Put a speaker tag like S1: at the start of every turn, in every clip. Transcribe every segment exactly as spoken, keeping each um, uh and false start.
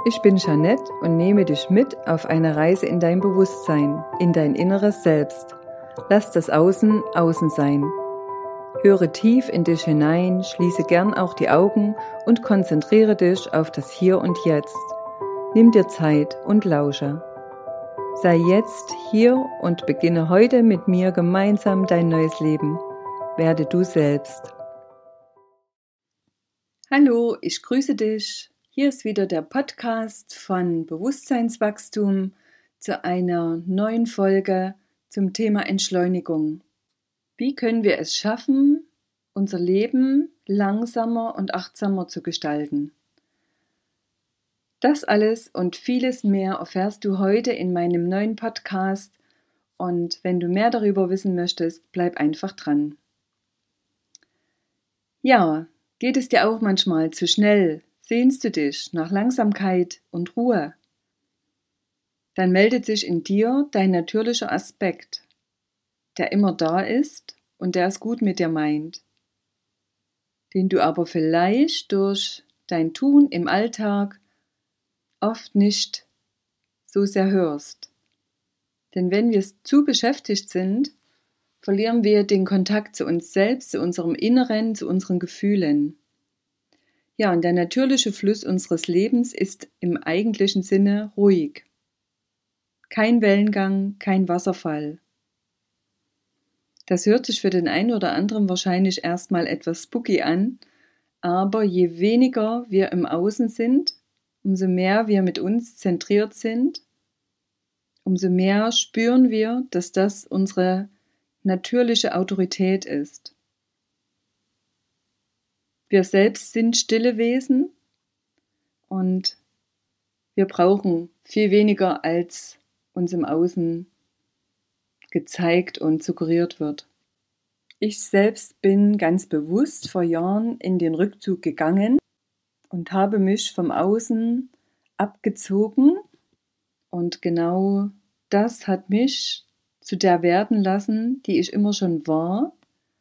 S1: Ich bin Jeanette und nehme dich mit auf eine Reise in dein Bewusstsein, in dein inneres Selbst. Lass das Außen außen sein. Höre tief in dich hinein, schließe gern auch die Augen und konzentriere dich auf das Hier und Jetzt. Nimm dir Zeit und lausche. Sei jetzt hier und beginne heute mit mir gemeinsam dein neues Leben. Werde du selbst. Hallo, ich grüße dich. Hier ist wieder der Podcast von Bewusstseinswachstum zu einer neuen Folge zum Thema Entschleunigung. Wie können wir es schaffen, unser Leben langsamer und achtsamer zu gestalten? Das alles und vieles mehr erfährst du heute in meinem neuen Podcast und wenn du mehr darüber wissen möchtest, bleib einfach dran. Ja, geht es dir auch manchmal zu schnell? Sehnst du dich nach Langsamkeit und Ruhe? Dann meldet sich in dir dein natürlicher Aspekt, der immer da ist und der es gut mit dir meint, den du aber vielleicht durch dein Tun im Alltag oft nicht so sehr hörst. Denn wenn wir zu beschäftigt sind, verlieren wir den Kontakt zu uns selbst, zu unserem Inneren, zu unseren Gefühlen. Ja, und der natürliche Fluss unseres Lebens ist im eigentlichen Sinne ruhig. Kein Wellengang, kein Wasserfall. Das hört sich für den einen oder anderen wahrscheinlich erstmal etwas spooky an, aber je weniger wir im Außen sind, umso mehr wir mit uns zentriert sind, umso mehr spüren wir, dass das unsere natürliche Autorität ist. Wir selbst sind stille Wesen und wir brauchen viel weniger, als uns im Außen gezeigt und suggeriert wird. Ich selbst bin ganz bewusst vor Jahren in den Rückzug gegangen und habe mich vom Außen abgezogen und genau das hat mich zu der werden lassen, die ich immer schon war.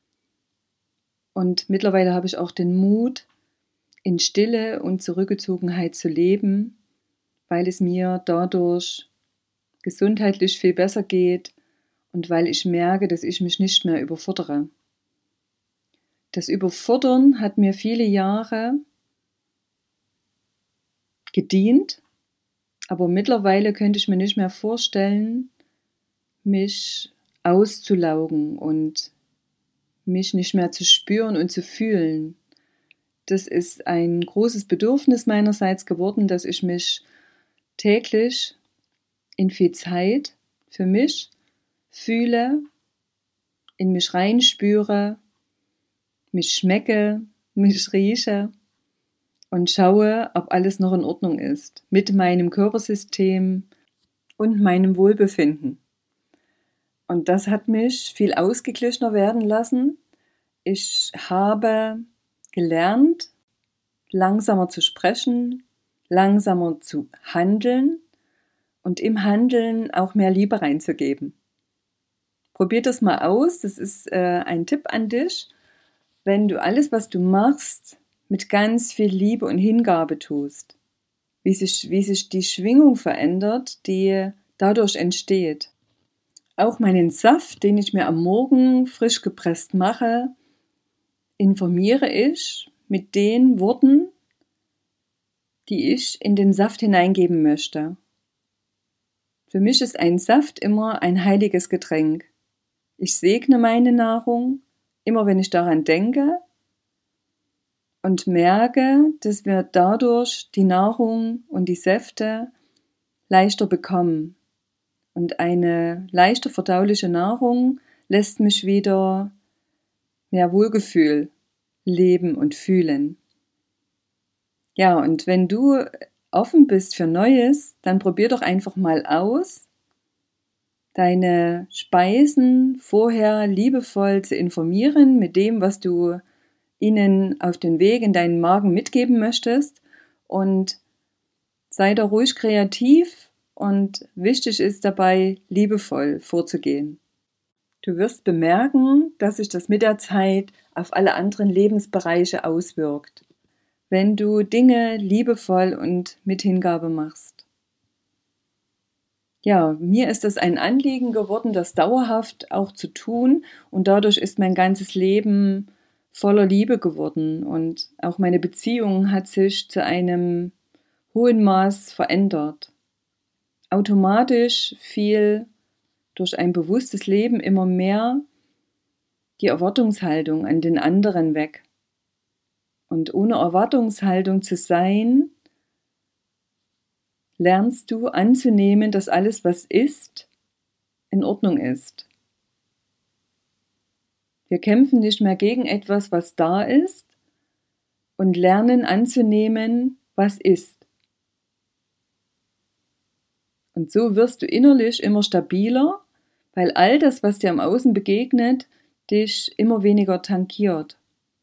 S1: Und mittlerweile habe ich auch den Mut, in Stille und Zurückgezogenheit zu leben, weil es mir dadurch gesundheitlich viel besser geht und weil ich merke, dass ich mich nicht mehr überfordere. Das Überfordern hat mir viele Jahre gedient, aber mittlerweile könnte ich mir nicht mehr vorstellen, mich auszulaugen und mich nicht mehr zu spüren und zu fühlen. Das ist ein großes Bedürfnis meinerseits geworden, dass ich mich täglich in viel Zeit für mich fühle, in mich reinspüre, mich schmecke, mich rieche und schaue, ob alles noch in Ordnung ist mit meinem Körpersystem und meinem Wohlbefinden. Und das hat mich viel ausgeglichener werden lassen. Ich habe gelernt, langsamer zu sprechen, langsamer zu handeln und im Handeln auch mehr Liebe reinzugeben. Probier das mal aus, das ist äh, ein Tipp an dich. Wenn du alles, was du machst, mit ganz viel Liebe und Hingabe tust, wie sich, wie sich die Schwingung verändert, die dadurch entsteht. Auch meinen Saft, den ich mir am Morgen frisch gepresst mache, informiere ich mit den Worten, die ich in den Saft hineingeben möchte. Für mich ist ein Saft immer ein heiliges Getränk. Ich segne meine Nahrung, immer wenn ich daran denke und merke, dass wir dadurch die Nahrung und die Säfte leichter bekommen. Und eine leichter verdauliche Nahrung lässt mich wieder mehr Wohlgefühl leben und fühlen. Ja, und wenn du offen bist für Neues, dann probier doch einfach mal aus, deine Speisen vorher liebevoll zu informieren mit dem, was du ihnen auf den Weg in deinen Magen mitgeben möchtest und sei da ruhig kreativ. Und wichtig ist dabei, liebevoll vorzugehen. Du wirst bemerken, dass sich das mit der Zeit auf alle anderen Lebensbereiche auswirkt. wenn du Dinge liebevoll und mit Hingabe machst. Ja, mir ist es ein Anliegen geworden, das dauerhaft auch zu tun, und dadurch ist mein ganzes Leben voller Liebe geworden und auch meine Beziehung hat sich zu einem hohen Maß verändert. Automatisch fiel durch ein bewusstes Leben immer mehr die Erwartungshaltung an den anderen weg. Und ohne Erwartungshaltung zu sein, lernst du anzunehmen, dass alles, was ist, in Ordnung ist. Wir kämpfen nicht mehr gegen etwas, was da ist, und lernen anzunehmen, was ist. Und so wirst du innerlich immer stabiler, weil all das, was dir im Außen begegnet, dich immer weniger tankiert.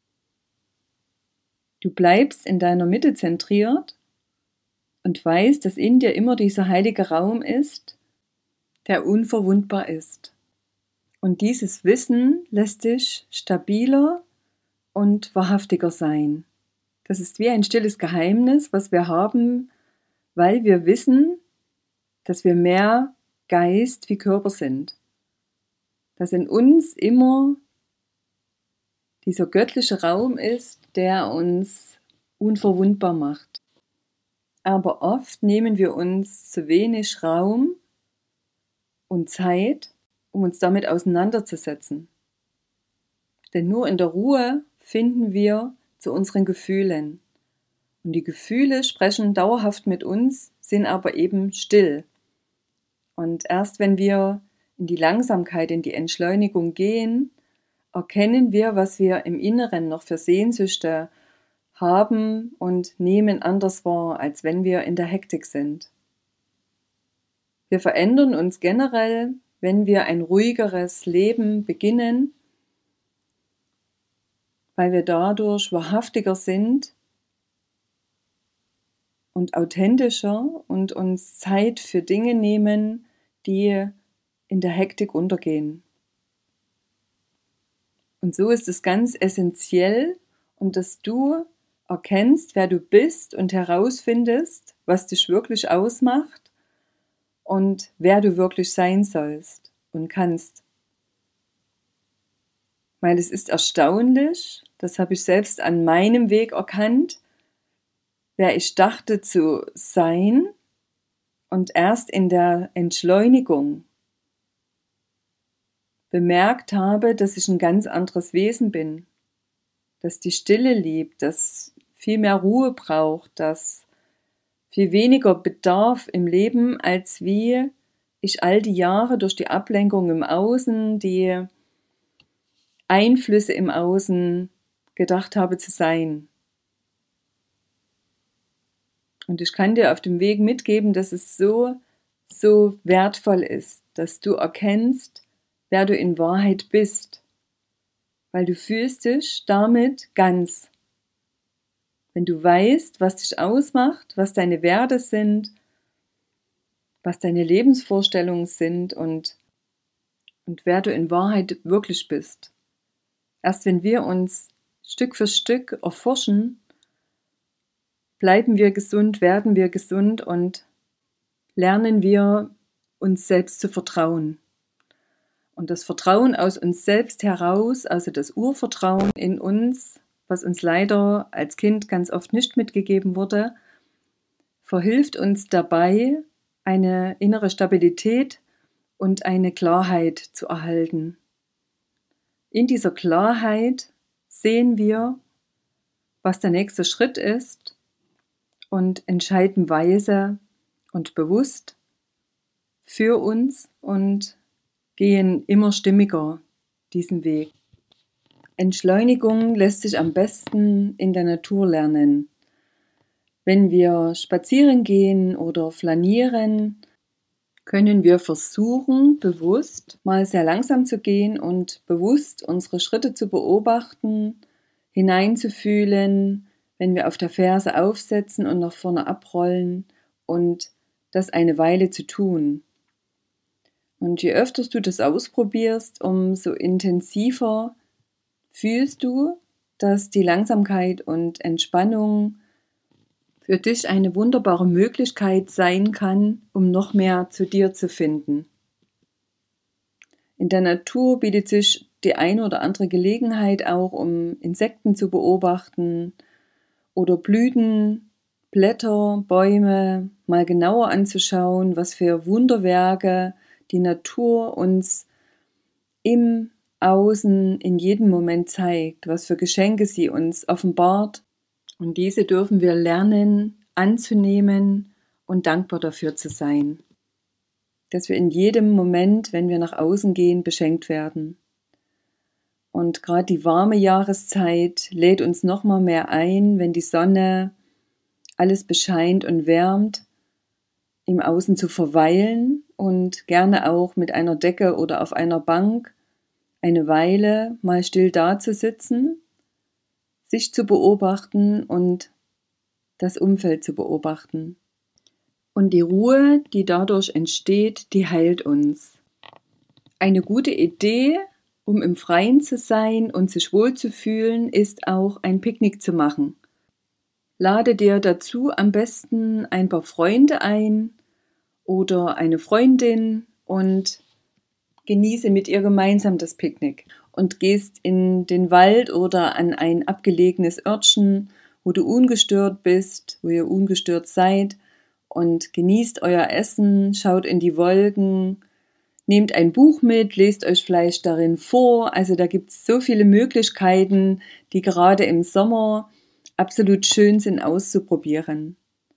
S1: Du bleibst in deiner Mitte zentriert und weißt, dass in dir immer dieser heilige Raum ist, der unverwundbar ist. Und dieses Wissen lässt dich stabiler und wahrhaftiger sein. Das ist wie ein stilles Geheimnis, was wir haben, weil wir wissen, dass wir mehr Geist wie Körper sind. Dass in uns immer dieser göttliche Raum ist, der uns unverwundbar macht. Aber oft nehmen wir uns zu wenig Raum und Zeit, um uns damit auseinanderzusetzen. Denn nur in der Ruhe finden wir zu unseren Gefühlen. Und die Gefühle sprechen dauerhaft mit uns, sind aber eben still. Und erst wenn wir in die Langsamkeit, in die Entschleunigung gehen, erkennen wir, was wir im Inneren noch für Sehnsüchte haben und nehmen anders wahr, als wenn wir in der Hektik sind. Wir verändern uns generell, wenn wir ein ruhigeres Leben beginnen, weil wir dadurch wahrhaftiger sind und authentischer und uns Zeit für Dinge nehmen, die in der Hektik untergehen. Und so ist es ganz essentiell, um dass du erkennst, wer du bist und herausfindest, was dich wirklich ausmacht und wer du wirklich sein sollst und kannst. Weil es ist erstaunlich, das habe ich selbst an meinem Weg erkannt, wer ich dachte zu sein, und erst in der Entschleunigung bemerkt habe, dass ich ein ganz anderes Wesen bin, dass die Stille liebt, dass viel mehr Ruhe braucht, dass viel weniger Bedarf im Leben, als wie ich all die Jahre durch die Ablenkung im Außen, die Einflüsse im Außen gedacht habe zu sein. Und ich kann dir auf dem Weg mitgeben, dass es so, so wertvoll ist, dass du erkennst, wer du in Wahrheit bist, weil du fühlst dich damit ganz. Wenn du weißt, was dich ausmacht, was deine Werte sind, was deine Lebensvorstellungen sind und, und wer du in Wahrheit wirklich bist. Erst wenn wir uns Stück für Stück erforschen, bleiben wir gesund, werden wir gesund und lernen wir, uns selbst zu vertrauen. Und das Vertrauen aus uns selbst heraus, also das Urvertrauen in uns, was uns leider als Kind ganz oft nicht mitgegeben wurde, verhilft uns dabei, eine innere Stabilität und eine Klarheit zu erhalten. In dieser Klarheit sehen wir, was der nächste Schritt ist, und entscheiden weise und bewusst für uns und gehen immer stimmiger diesen Weg. Entschleunigung lässt sich am besten in der Natur lernen. Wenn wir spazieren gehen oder flanieren, können wir versuchen, bewusst mal sehr langsam zu gehen und bewusst unsere Schritte zu beobachten, hineinzufühlen, wenn wir auf der Ferse aufsetzen und nach vorne abrollen, und das eine Weile zu tun. Und je öfter du das ausprobierst, umso intensiver fühlst du, dass die Langsamkeit und Entspannung für dich eine wunderbare Möglichkeit sein kann, um noch mehr zu dir zu finden. In der Natur bietet sich die eine oder andere Gelegenheit auch, um Insekten zu beobachten oder Blüten, Blätter, Bäume mal genauer anzuschauen, was für Wunderwerke die Natur uns im Außen in jedem Moment zeigt, was für Geschenke sie uns offenbart. Und diese dürfen wir lernen, anzunehmen und dankbar dafür zu sein. Dass wir in jedem Moment, wenn wir nach außen gehen, beschenkt werden. Und gerade die warme Jahreszeit lädt uns noch mal mehr ein, wenn die Sonne alles bescheint und wärmt, im Außen zu verweilen und gerne auch mit einer Decke oder auf einer Bank eine Weile mal still dazusitzen, sich zu beobachten und das Umfeld zu beobachten. Und die Ruhe, die dadurch entsteht, die heilt uns. Eine gute Idee, um im Freien zu sein und sich wohlzufühlen, ist auch ein Picknick zu machen. Lade dir dazu am besten ein paar Freunde ein oder eine Freundin und genieße mit ihr gemeinsam das Picknick und gehst in den Wald oder an ein abgelegenes Örtchen, wo du ungestört bist, wo ihr ungestört seid und genießt euer Essen, schaut in die Wolken, nehmt ein Buch mit, lest euch vielleicht darin vor. Also da gibt es so viele Möglichkeiten, die gerade im Sommer absolut schön sind auszuprobieren.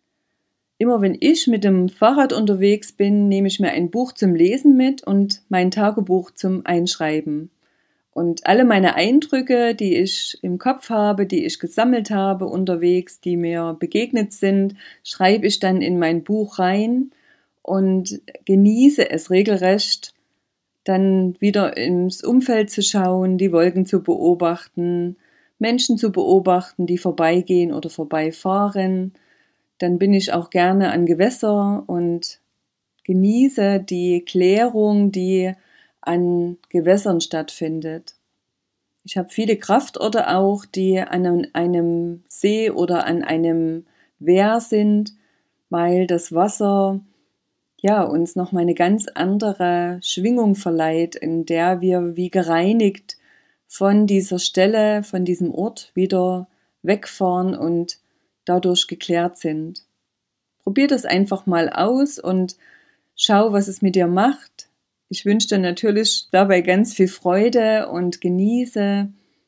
S1: Immer wenn ich mit dem Fahrrad unterwegs bin, nehme ich mir ein Buch zum Lesen mit und mein Tagebuch zum Einschreiben. Und alle meine Eindrücke, die ich im Kopf habe, die ich gesammelt habe unterwegs, die mir begegnet sind, schreibe ich dann in mein Buch rein und genieße es regelrecht, dann wieder ins Umfeld zu schauen, die Wolken zu beobachten, Menschen zu beobachten, die vorbeigehen oder vorbeifahren. Dann bin ich auch gerne an Gewässer und genieße die Klärung, die an Gewässern stattfindet. Ich habe viele Kraftorte auch, die an einem See oder an einem Wehr sind, weil das Wasser ja uns noch mal eine ganz andere Schwingung verleiht, in der wir wie gereinigt von dieser Stelle, von diesem Ort wieder wegfahren und dadurch geklärt sind. Probier das einfach mal aus und schau, was es mit dir macht. Ich wünsche dir natürlich dabei ganz viel Freude und genieße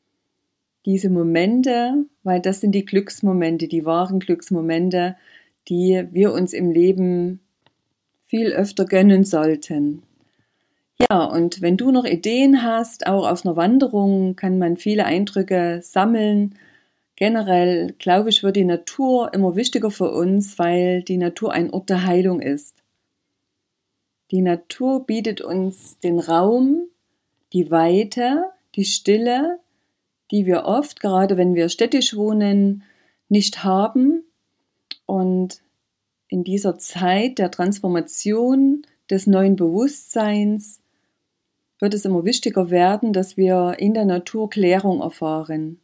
S1: diese Momente, weil das sind die Glücksmomente, die wahren Glücksmomente, die wir uns im Leben viel öfter gönnen sollten. Ja, und wenn du noch Ideen hast, auch auf einer Wanderung kann man viele Eindrücke sammeln. Generell, glaube ich, wird die Natur immer wichtiger für uns, weil die Natur ein Ort der Heilung ist. Die Natur bietet uns den Raum, die Weite, die Stille, die wir oft, gerade wenn wir städtisch wohnen, nicht haben. Und in dieser Zeit der Transformation des neuen Bewusstseins wird es immer wichtiger werden, dass wir in der Natur Klärung erfahren.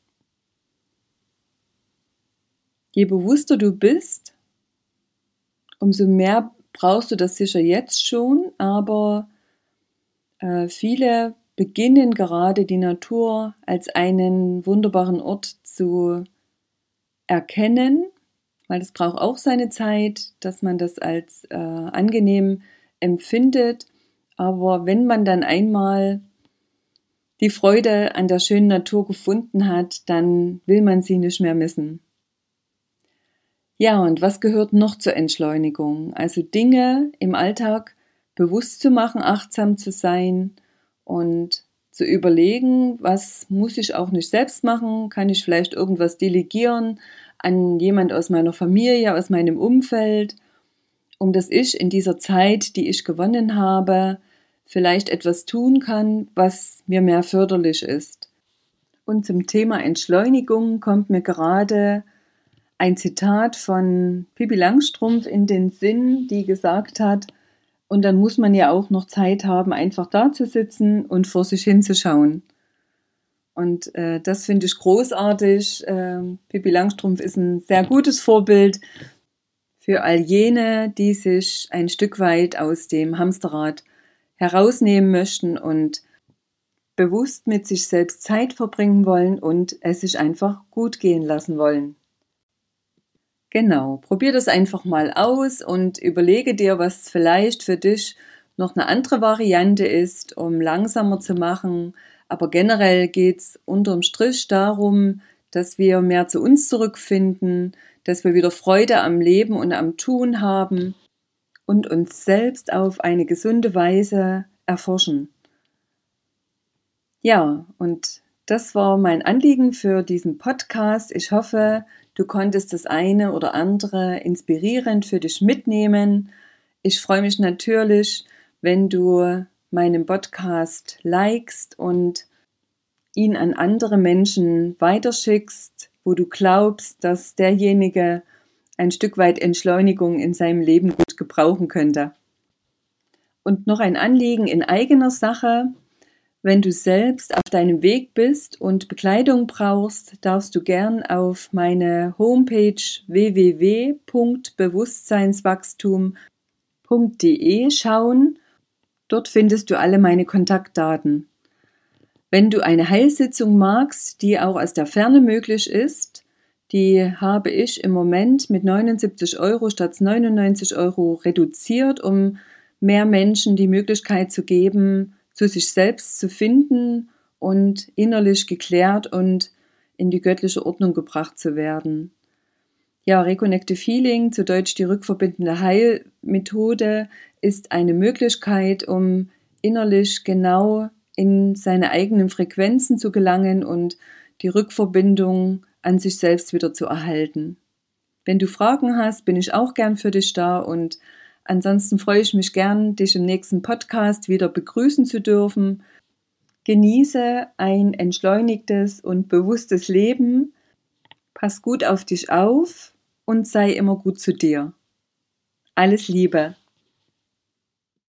S1: Je bewusster du bist, umso mehr brauchst du das sicher jetzt schon, aber äh, viele beginnen gerade die Natur als einen wunderbaren Ort zu erkennen, weil es braucht auch seine Zeit, dass man das als äh, angenehm empfindet. Aber wenn man dann einmal die Freude an der schönen Natur gefunden hat, dann will man sie nicht mehr missen. Ja, und was gehört noch zur Entschleunigung? Also Dinge im Alltag bewusst zu machen, achtsam zu sein und zu überlegen, was muss ich auch nicht selbst machen? Kann ich vielleicht irgendwas delegieren an jemand aus meiner Familie, aus meinem Umfeld, um dass ich in dieser Zeit, die ich gewonnen habe, vielleicht etwas tun kann, was mir mehr förderlich ist. Und zum Thema Entschleunigung kommt mir gerade ein Zitat von Pippi Langstrumpf in den Sinn, die gesagt hat, und dann muss man ja auch noch Zeit haben, einfach da zu sitzen und vor sich hinzuschauen. Und äh, das finde ich großartig. Ähm, Pippi Langstrumpf ist ein sehr gutes Vorbild für all jene, die sich ein Stück weit aus dem Hamsterrad herausnehmen möchten und bewusst mit sich selbst Zeit verbringen wollen und es sich einfach gut gehen lassen wollen. Genau, probier das einfach mal aus und überlege dir, was vielleicht für dich noch eine andere Variante ist, um langsamer zu machen. Aber generell geht's unterm Strich darum, dass wir mehr zu uns zurückfinden, dass wir wieder Freude am Leben und am Tun haben und uns selbst auf eine gesunde Weise erforschen. Ja, und das war mein Anliegen für diesen Podcast. Ich hoffe, du konntest das eine oder andere inspirierend für dich mitnehmen. Ich freue mich natürlich, wenn du meinen Podcast likest und ihn an andere Menschen weiterschickst, wo du glaubst, dass derjenige ein Stück weit Entschleunigung in seinem Leben gut gebrauchen könnte. Und noch ein Anliegen in eigener Sache. Wenn du selbst auf deinem Weg bist und Begleitung brauchst, darfst du gern auf meine Homepage w w w punkt bewusstseinswachstum punkt d e schauen. Dort findest du alle meine Kontaktdaten. Wenn du eine Heilsitzung magst, die auch aus der Ferne möglich ist, die habe ich im Moment mit neunundsiebzig Euro statt neunundneunzig Euro reduziert, um mehr Menschen die Möglichkeit zu geben, zu sich selbst zu finden und innerlich geklärt und in die göttliche Ordnung gebracht zu werden. Ja, Reconnective Healing, zu Deutsch die rückverbindende Heilmethode, ist eine Möglichkeit, um innerlich genau in seine eigenen Frequenzen zu gelangen und die Rückverbindung an sich selbst wieder zu erhalten. Wenn du Fragen hast, bin ich auch gern für dich da und ansonsten freue ich mich gern, dich im nächsten Podcast wieder begrüßen zu dürfen. Genieße ein entschleunigtes und bewusstes Leben. Pass gut auf dich auf und sei immer gut zu dir. Alles Liebe.